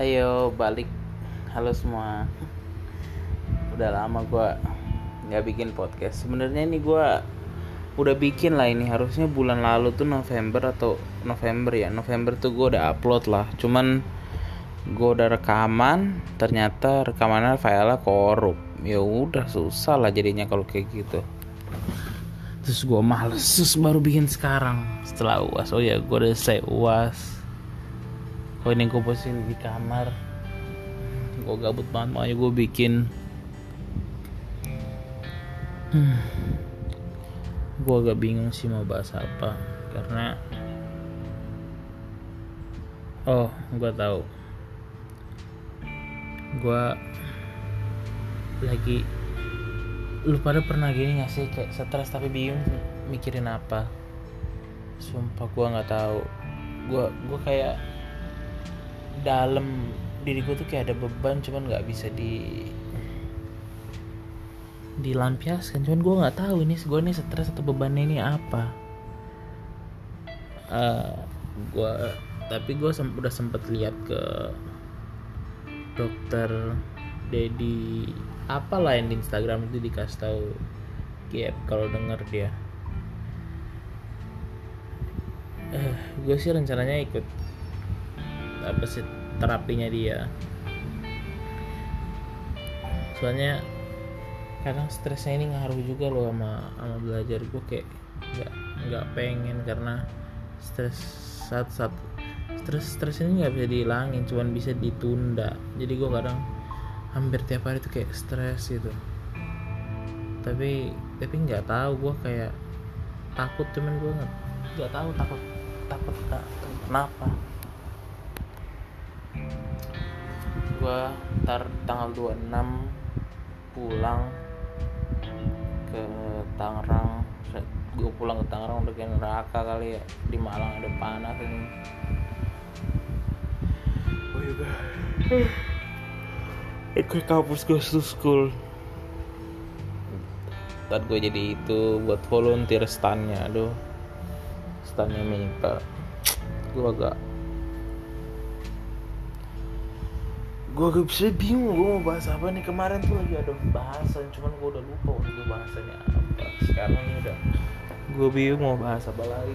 Ayo balik. Halo semua. Udah lama gue nggak bikin podcast. Sebenarnya ini gue udah bikin lah, ini harusnya bulan lalu tuh November atau November ya. November tuh gue udah upload lah. Cuman gue udah rekaman, ternyata rekamannya filenya korup. Ya udah susah lah jadinya kalau kayak gitu. Terus gue males, terus baru bikin sekarang setelah UAS. Oh ya, gue udah selesai UAS. Oh ini gue posting di kamar. Gue gabut banget, makanya gue bikin. Gue agak bingung sih mau bahas apa, karena gue tahu. Gue lagi, lu pada pernah gini gak sih, kayak stres tapi bingung mikirin apa? Sumpah gue nggak tahu. Gue kayak dalam diri gue tuh kayak ada beban, cuman nggak bisa dilampiaskan. Cuman gue nggak tahu ini gue nih stres atau bebannya ini apa. Tapi gue udah sempet lihat ke dokter Dedi apalah yang di Instagram itu, dikasih tahu Gap kalau denger dia. Gue sih rencananya ikut apa sih terapinya dia, soalnya kadang stresnya ini ngaruh juga loh sama belajar. Gue kayak nggak pengen, karena stres ini nggak bisa dihilangin, cuman bisa ditunda. Jadi gue kadang hampir tiap hari tuh kayak stres gitu, tapi nggak tahu, gue kayak takut. Cuman gue nggak tahu takut kenapa. Gue ntar tanggal 26 pulang ke Tangerang. Gue pulang ke Tangerang udah kayak neraka kali ya. Di Malang ada panas ini. Gue juga ikut kampus gue to school. Ntar gue jadi itu buat volunteer stand-nya. Aduh, stand-nya minta. Gue agak bisa bingung gue mau bahas apa nih. Kemarin tuh lagi ada bahasan, cuman gue udah lupa untuk bahasanya apa. Sekarang ini udah gue bingung mau bahas apa lagi.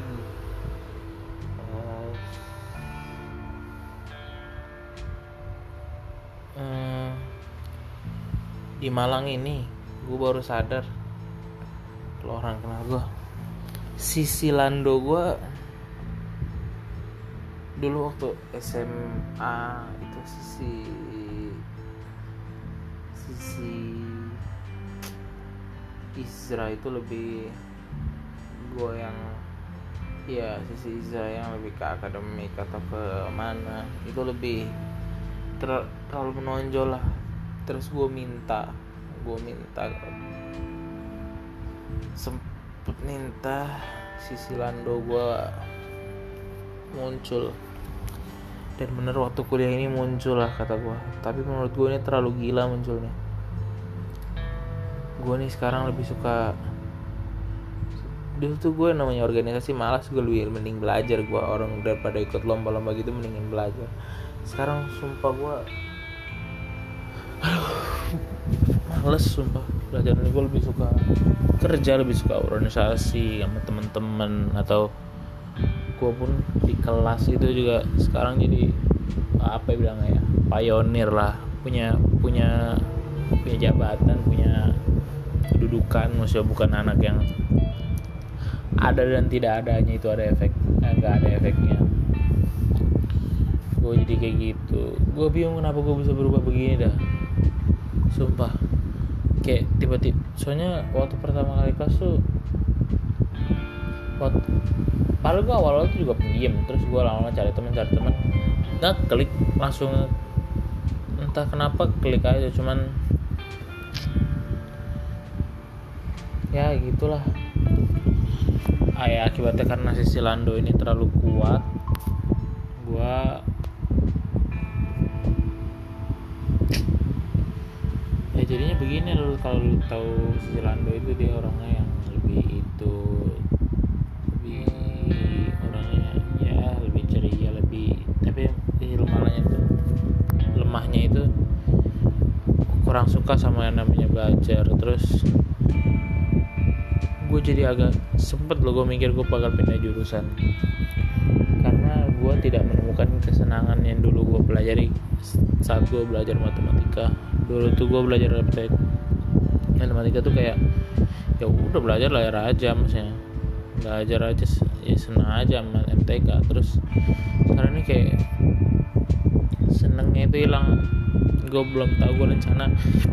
Di Malang ini gue baru sadar kalau orang kenal gue, Sisi Lando gue dulu waktu SMA itu. Sisi Izra itu lebih gue yang Sisi Izra yang lebih ke akademik atau ke mana itu lebih terlalu menonjol lah. Terus gue minta sempet minta Sisi Lando gue muncul, dan bener waktu kuliah ini muncul lah kata gue. Tapi menurut gue ini terlalu gila munculnya. Gue nih sekarang lebih suka, dulu tuh gue namanya organisasi malas, gue lebih mending belajar. Gue orang daripada ikut lomba-lomba gitu mendingin belajar. Sekarang sumpah gue males sumpah belajar. Gue lebih suka kerja, lebih suka organisasi sama temen-temen, atau gue pun di kelas itu juga sekarang jadi apa ya bilangnya ya, pionir lah, punya jabatan, punya kedudukan. Maksudnya bukan anak yang ada dan tidak adanya itu ada efek, nggak ada efeknya. Gue jadi kayak gitu. Gue bingung kenapa gue bisa berubah begini dah, sumpah. Kayak tiba-tiba, soalnya waktu pertama kali kelas tuh, padahal gue awal-awal tuh juga pendiam. Terus gue lama-lama cari teman, nggak klik langsung, entah kenapa klik aja. Cuman ya gitulah. Akibatnya karena Sisi Lando ini terlalu kuat, gue jadinya begini. Kalau lu tahu Sisi Lando itu, dia orangnya yang lebih orangnya ya lebih ceria, lebih, tapi ilmu malahnya tuh kurang suka sama yang namanya belajar. Terus gue jadi agak sempet loh gue mikir gue bakal pindah jurusan karena gue tidak menemukan kesenangan yang dulu gue pelajari saat gue belajar matematika. Dulu tuh gue belajar matematika tuh kayak ya udah belajar aja, maksudnya belajar aja ya senang aja sama MTK. Terus sekarang ini kayak senengnya itu hilang. Gue belum tahu, gue rencana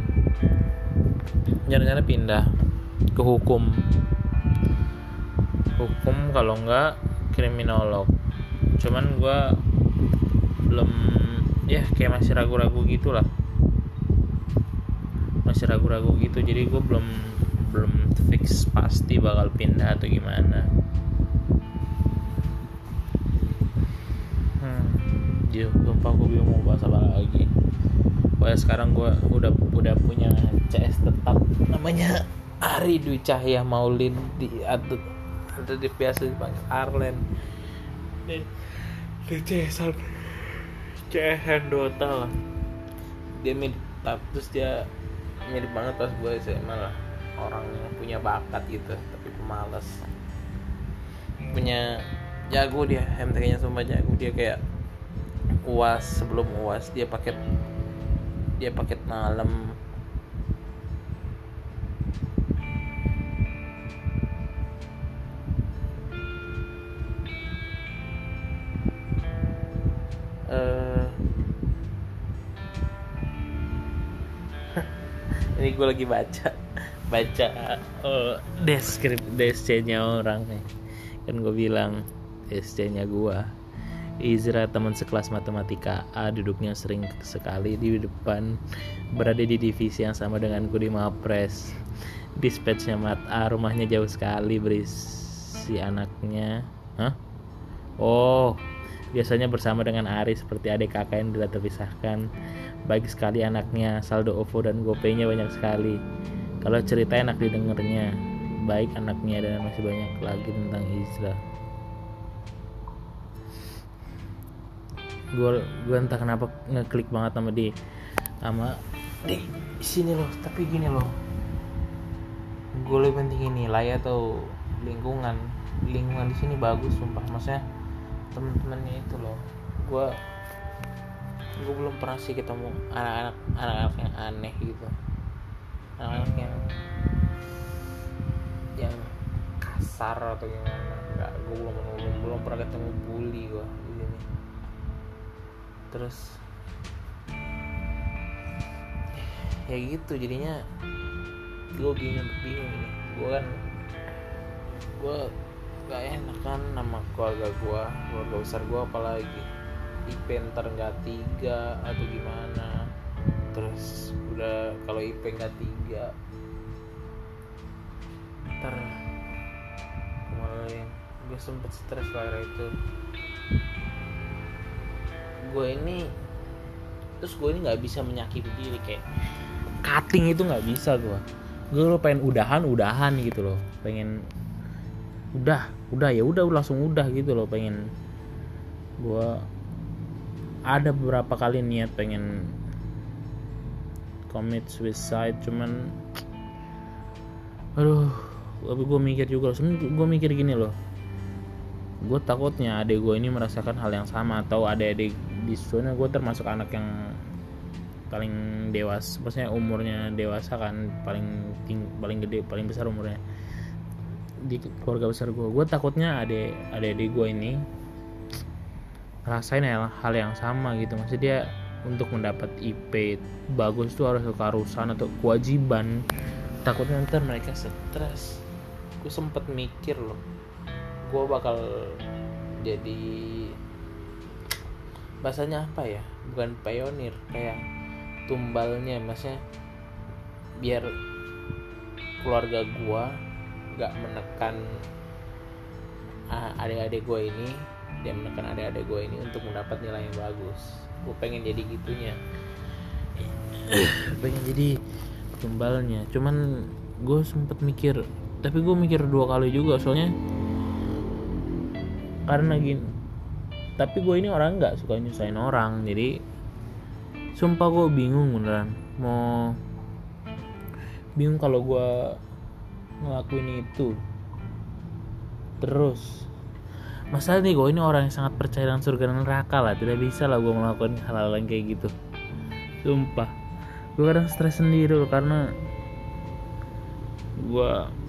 pindah ke hukum kalau enggak kriminolog. Cuman gue belum, ya kayak masih ragu-ragu gitu. Jadi gue belum fix pasti bakal pindah atau gimana. Lupa gue bingung mau bahas apa lagi. Pokoknya sekarang gue udah punya CS tetap namanya Ari Dwi Cahya Maulid atau biasa dipanggil Arlen. Dan CS Dota lah. Dia terus dia mirip banget pas gue SMA lah, orang yang punya bakat gitu tapi pemalas. Punya jago dia, MTK-nya sumpah jago. Dia kayak UAS, sebelum UAS dia paket malam. Ini gue lagi baca DSC-nya orang nih. Kan gue bilang DSC-nya gue Izra, teman sekelas matematika A, duduknya sering sekali di depan, berada di divisi yang sama denganku di Mapres. Dispatchnya Mat A, rumahnya jauh sekali, berisi anaknya. Biasanya bersama dengan Ari seperti adik kakak yang tidak terpisahkan. Baik sekali anaknya, saldo OVO dan GoPay-nya banyak sekali. Kalau cerita enak didengarnya. Baik anaknya, dan masih banyak lagi tentang Izra. Gue entah kenapa ngeklik banget sama di sini loh. Tapi gini loh, gue lebih penting nilai atau lingkungan di sini bagus sumpah. Maksudnya temen-temennya itu loh, gue belum pernah sih ketemu anak-anak yang aneh gitu, anak-anak yang kasar atau gimana. Enggak, gue belum pernah ketemu bully gue di sini. Terus ya gitu, jadinya gue bingung ini. Gue gak enak kan sama keluarga besar gue, apalagi IP ntar nggak 3 atau gimana. Terus udah kalau IP nggak 3 ntar kemarin gue sempet stres karena itu. Gue ini nggak bisa menyakiti diri, kayak cutting itu nggak bisa. Gue pengen udahan gitu loh, pengen udah langsung udah gitu loh. Pengen gue ada beberapa kali niat pengen commit suicide, cuman tapi gue mikir juga loh, sebenernya gue mikir gini loh, gue takutnya adik gue ini merasakan hal yang sama, atau adik di sana gue termasuk anak yang paling dewasa, maksudnya umurnya dewasa kan, paling gede, paling besar umurnya di keluarga besar gue. Gue takutnya adik gue ini rasain hal yang sama gitu. Maksudnya dia untuk mendapat IP bagus tuh harus keharusan atau kewajiban. Takutnya ntar mereka stres. Gue sempet mikir loh, gue bakal jadi bahasanya apa ya, bukan pionir, kayak tumbalnya. Maksudnya biar keluarga gue gak menekan adik-adik gue ini, dia menekan adik-adik gue ini untuk mendapat nilai yang bagus. Gue pengen jadi gitunya, pengen jadi tumbalnya. Cuman gue sempet mikir, tapi gue mikir 2 kali juga, soalnya karena gini. Tapi gue ini orang nggak suka nyusahin orang, jadi sumpah gue bingung beneran mau bingung kalau gue ngelakuin itu terus. Masalah nih, gue ini orang yang sangat percaya dengan surga dan neraka lah, tidak bisa lah gue melakukan hal-hal yang kayak gitu, sumpah. Gue kadang stres sendiri loh, karena gue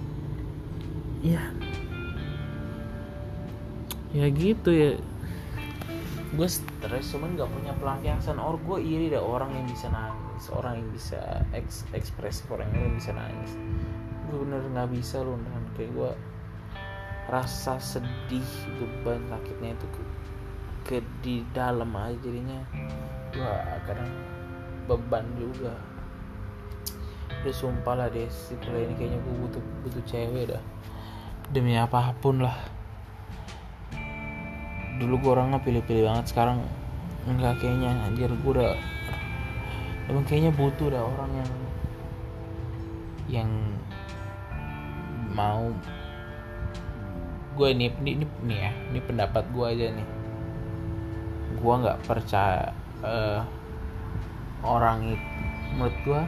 ya gitu ya, gue stres cuman gak punya pelampiasan. Gue iri dah orang yang bisa nangis, orang yang bisa ekspresif, orang yang bisa nangis. Gue bener gak bisa loh, kayak gue rasa sedih, beban sakitnya itu ke di dalam aja, jadinya gue kadang beban juga. Udah sumpah lah deh, setelah ini kayaknya gue butuh cewek dah, demi apapun lah. Dulu gue orangnya pilih-pilih banget, sekarang enggak, kayaknya anjir gue udah emang kayaknya butuh dah orang yang mau gue. Ini pendapat gue aja nih, gue nggak percaya orang itu, menurut gue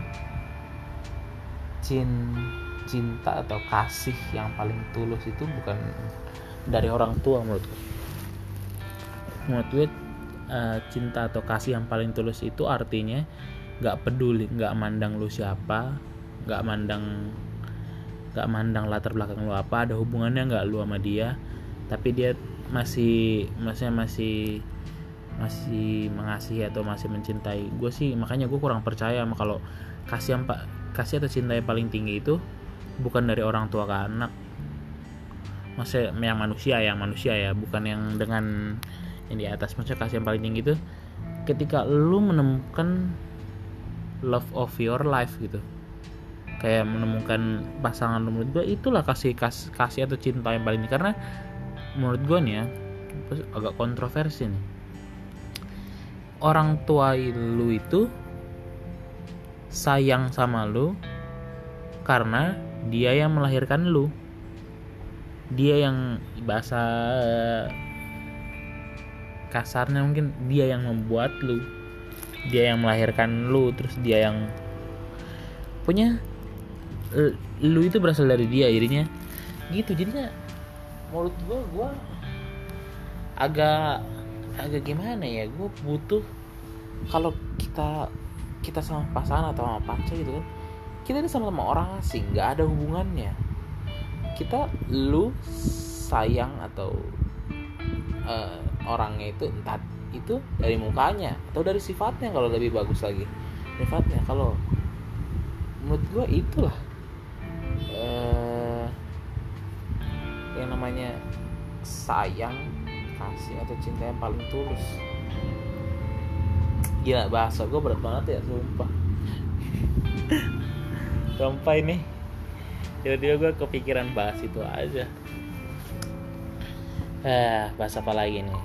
cinta atau kasih yang paling tulus itu bukan dari orang tua. Menurut gue cinta atau kasih yang paling tulus itu artinya nggak peduli, nggak mandang lu siapa, nggak mandang latar belakang lu apa, ada hubungannya nggak lu sama dia, tapi dia masih mengasihi atau masih mencintai. Gue sih makanya gue kurang percaya sama kalau kasih atau cinta yang paling tinggi itu bukan dari orang tua ke anak. Maksudnya yang manusia ya, bukan yang dengan yang di atas. Maksudnya kasih yang paling tinggi itu ketika lu menemukan love of your life gitu, kayak menemukan pasangan lu. Menurut gue itulah kasih atau cinta yang paling tinggi. Karena menurut gue nih ya, agak kontroversi nih, orang tua lu itu sayang sama lu karena dia yang melahirkan lu, dia yang bahasa kasarnya mungkin dia yang membuat lu, dia yang melahirkan lu, terus dia yang punya lu itu berasal dari dia, jadinya gitu. Jadinya menurut gue agak gimana ya, gue butuh, kalau kita sama pasangan atau sama pacar gitu kan, kita ini sama-sama orang asing, nggak ada hubungannya. Lu sayang atau orangnya itu entah itu dari mukanya atau dari sifatnya, kalau lebih bagus lagi sifatnya. Kalau menurut gue itulah yang namanya sayang, kasih atau cinta yang paling tulus. Gila, bahasa gue berat banget ya, sumpah. Sampai nih tiba-tiba gue kepikiran bahas itu aja. Bahas apa lagi nih?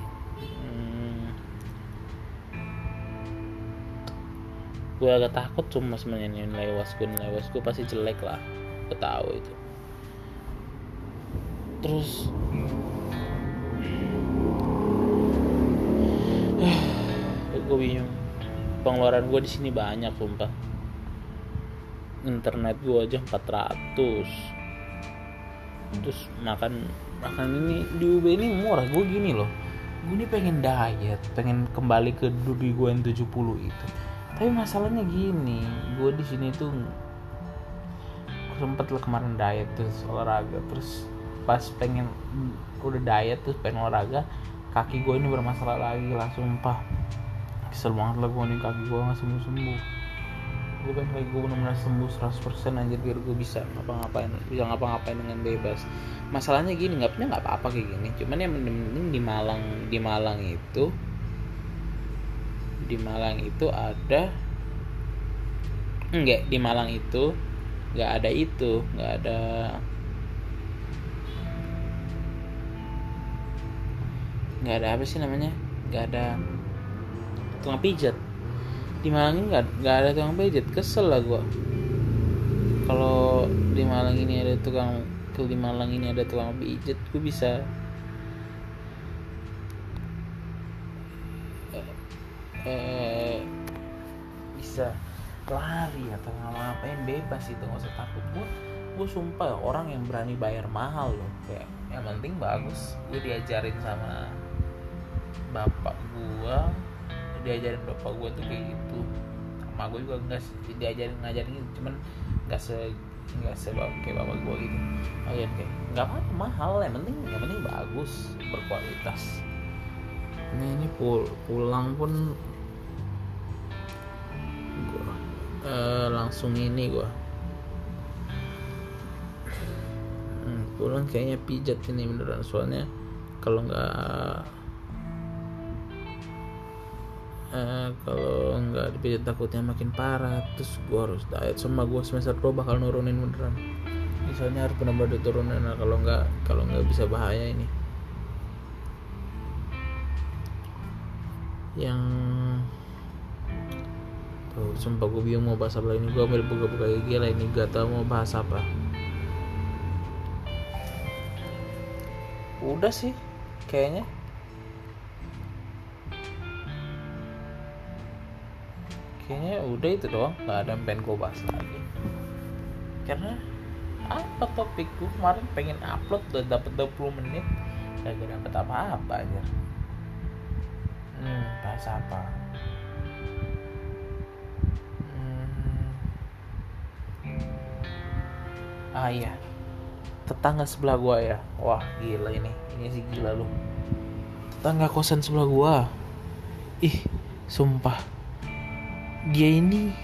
Gue agak takut cuma sebenarnya nilai UAS gue pasti jelek lah, gue tahu itu. Terus gue bingung, pengeluaran gue di sini banyak sumpah. Internet gue aja 400, terus makan ini di UB ini murah. Gue gini loh, gue ini pengen diet, pengen kembali ke diri gue yang 70 itu. Tapi masalahnya gini, gue di sini tuh sempet lah kemarin diet terus olahraga, terus pas pengen udah diet terus pengen olahraga, kaki gue ini bermasalah lagi lah, sumpah. Kesel banget lah gue nih, kaki gue gak sembuh-sembuh. Gue pengen kaki gue benar-benar sembuh 100% anjir, biar gue bisa ngapa-ngapain dengan bebas. Masalahnya gini, gak apa-apa kayak gini, cuman yang penting di Malang itu ada enggak, di Malang itu nggak ada apa sih namanya, nggak ada tukang pijat. Di Malang ini nggak ada tukang pijat, kesel lah gue. Kalau di Malang ini ada tukang pijat, gue bisa lari atau ngapain bebas itu, nggak usah takut. Gue sumpah orang yang berani bayar mahal loh, kayak yang penting bagus. Gue diajarin sama bapak gue, tuh kayak gitu. Sama gue juga nggak ngajarin gitu, cuman nggak se kayak bapak gue gitu. Kayak nggak apa-apa mahal, yang penting bagus, berkualitas. Ini pulang pun gua langsung ini gua pulang kayaknya pijat ini beneran, soalnya kalau nggak dipijat takutnya makin parah. Terus gua harus diet, sama gua semester 2 bakal nurunin beneran. Soalnya harus benar-benar diturunin, kalau nggak bisa bahaya ini. Yang tuh sumpah gue bingung mau bahas apa ini. Gue ambil buka-buka gigi lah ini, gak tau mau bahas apa. Udah sih kayaknya udah itu doang, gak ada yang pengen gue bahas lagi. Karena apa topik gue kemarin pengen upload udah dapet 20 menit gak dapet apa-apa aja. Bahas apa? Iya, tetangga sebelah gua ya. Wah gila ini sih gila lu. Tetangga kosan sebelah gua, sumpah dia ini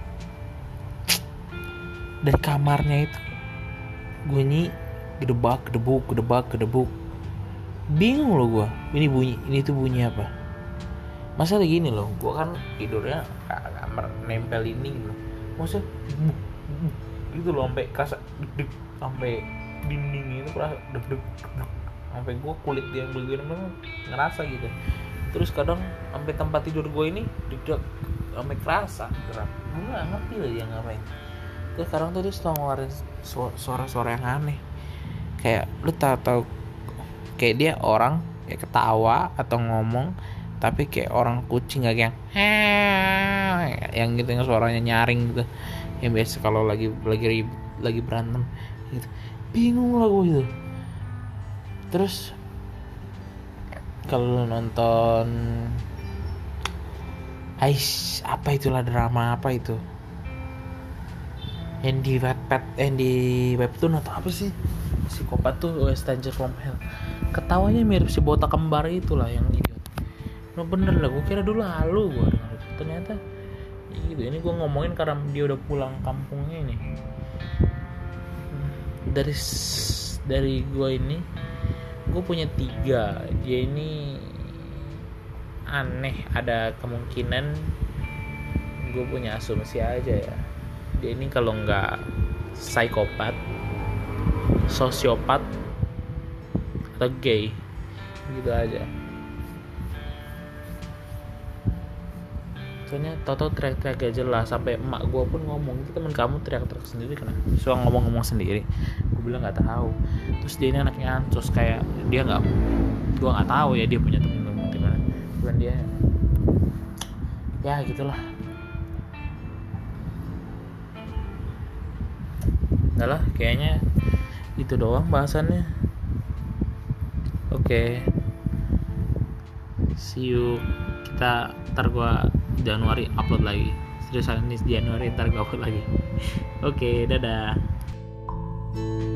dari kamarnya itu bunyi gedebak gedebuk. Bingung loh gua, ini tuh bunyi apa? Masalah gini loh, gue kan tidurnya kamar nempel ini gitu. Maksudnya gitu loh, sampai kasak deg sampai dinding itu kerasa deg sampai gue kulit dia begini ngerasa gitu. Terus kadang sampai tempat tidur gue ini deg sampai kerasa gerak. Gue nggak ngerti lah dia ngapain. Terus kadang tuh dia suka ngeluarin suara-suara yang aneh, kayak lu tahu kayak dia orang kayak ketawa atau ngomong tapi kayak orang kucing, gak yang gitu, yang suaranya nyaring gitu, yang biasa kalau lagi berantem gitu. Bingung lah gue gitu. Terus kalau nonton apa itulah drama apa itu yang di Wattpad, di webtoon atau apa sih, psikopat tuh, Stranger from Hell, ketawanya mirip si botak kembar itulah yang idiot. Nah bener lah, gue kira dulu halu gue denger itu, ternyata gitu. Ini gue ngomongin karena dia udah pulang kampungnya ini. Dari gue ini, gue punya 3. Dia ini aneh, ada kemungkinan gue punya asumsi aja ya, dia ini kalau nggak psikopat, sosiopat, atau gay gitu aja. Soalnya Toto teriak-teriak gak jelas, sampai emak gue pun ngomong, itu temen kamu teriak-teriak sendiri kenapa? Suka ngomong sendiri. Gue bilang nggak tahu. Terus dia ini anaknya ancos, kayak dia nggak, gue nggak tahu ya dia punya temen gimana. Bukan dia, ya gitulah. Udah lah, kayaknya itu doang bahasannya. Oke. See you. Ntar gue Januari upload lagi. Seriusan ini Januari ntar gue upload lagi. Oke, dadah.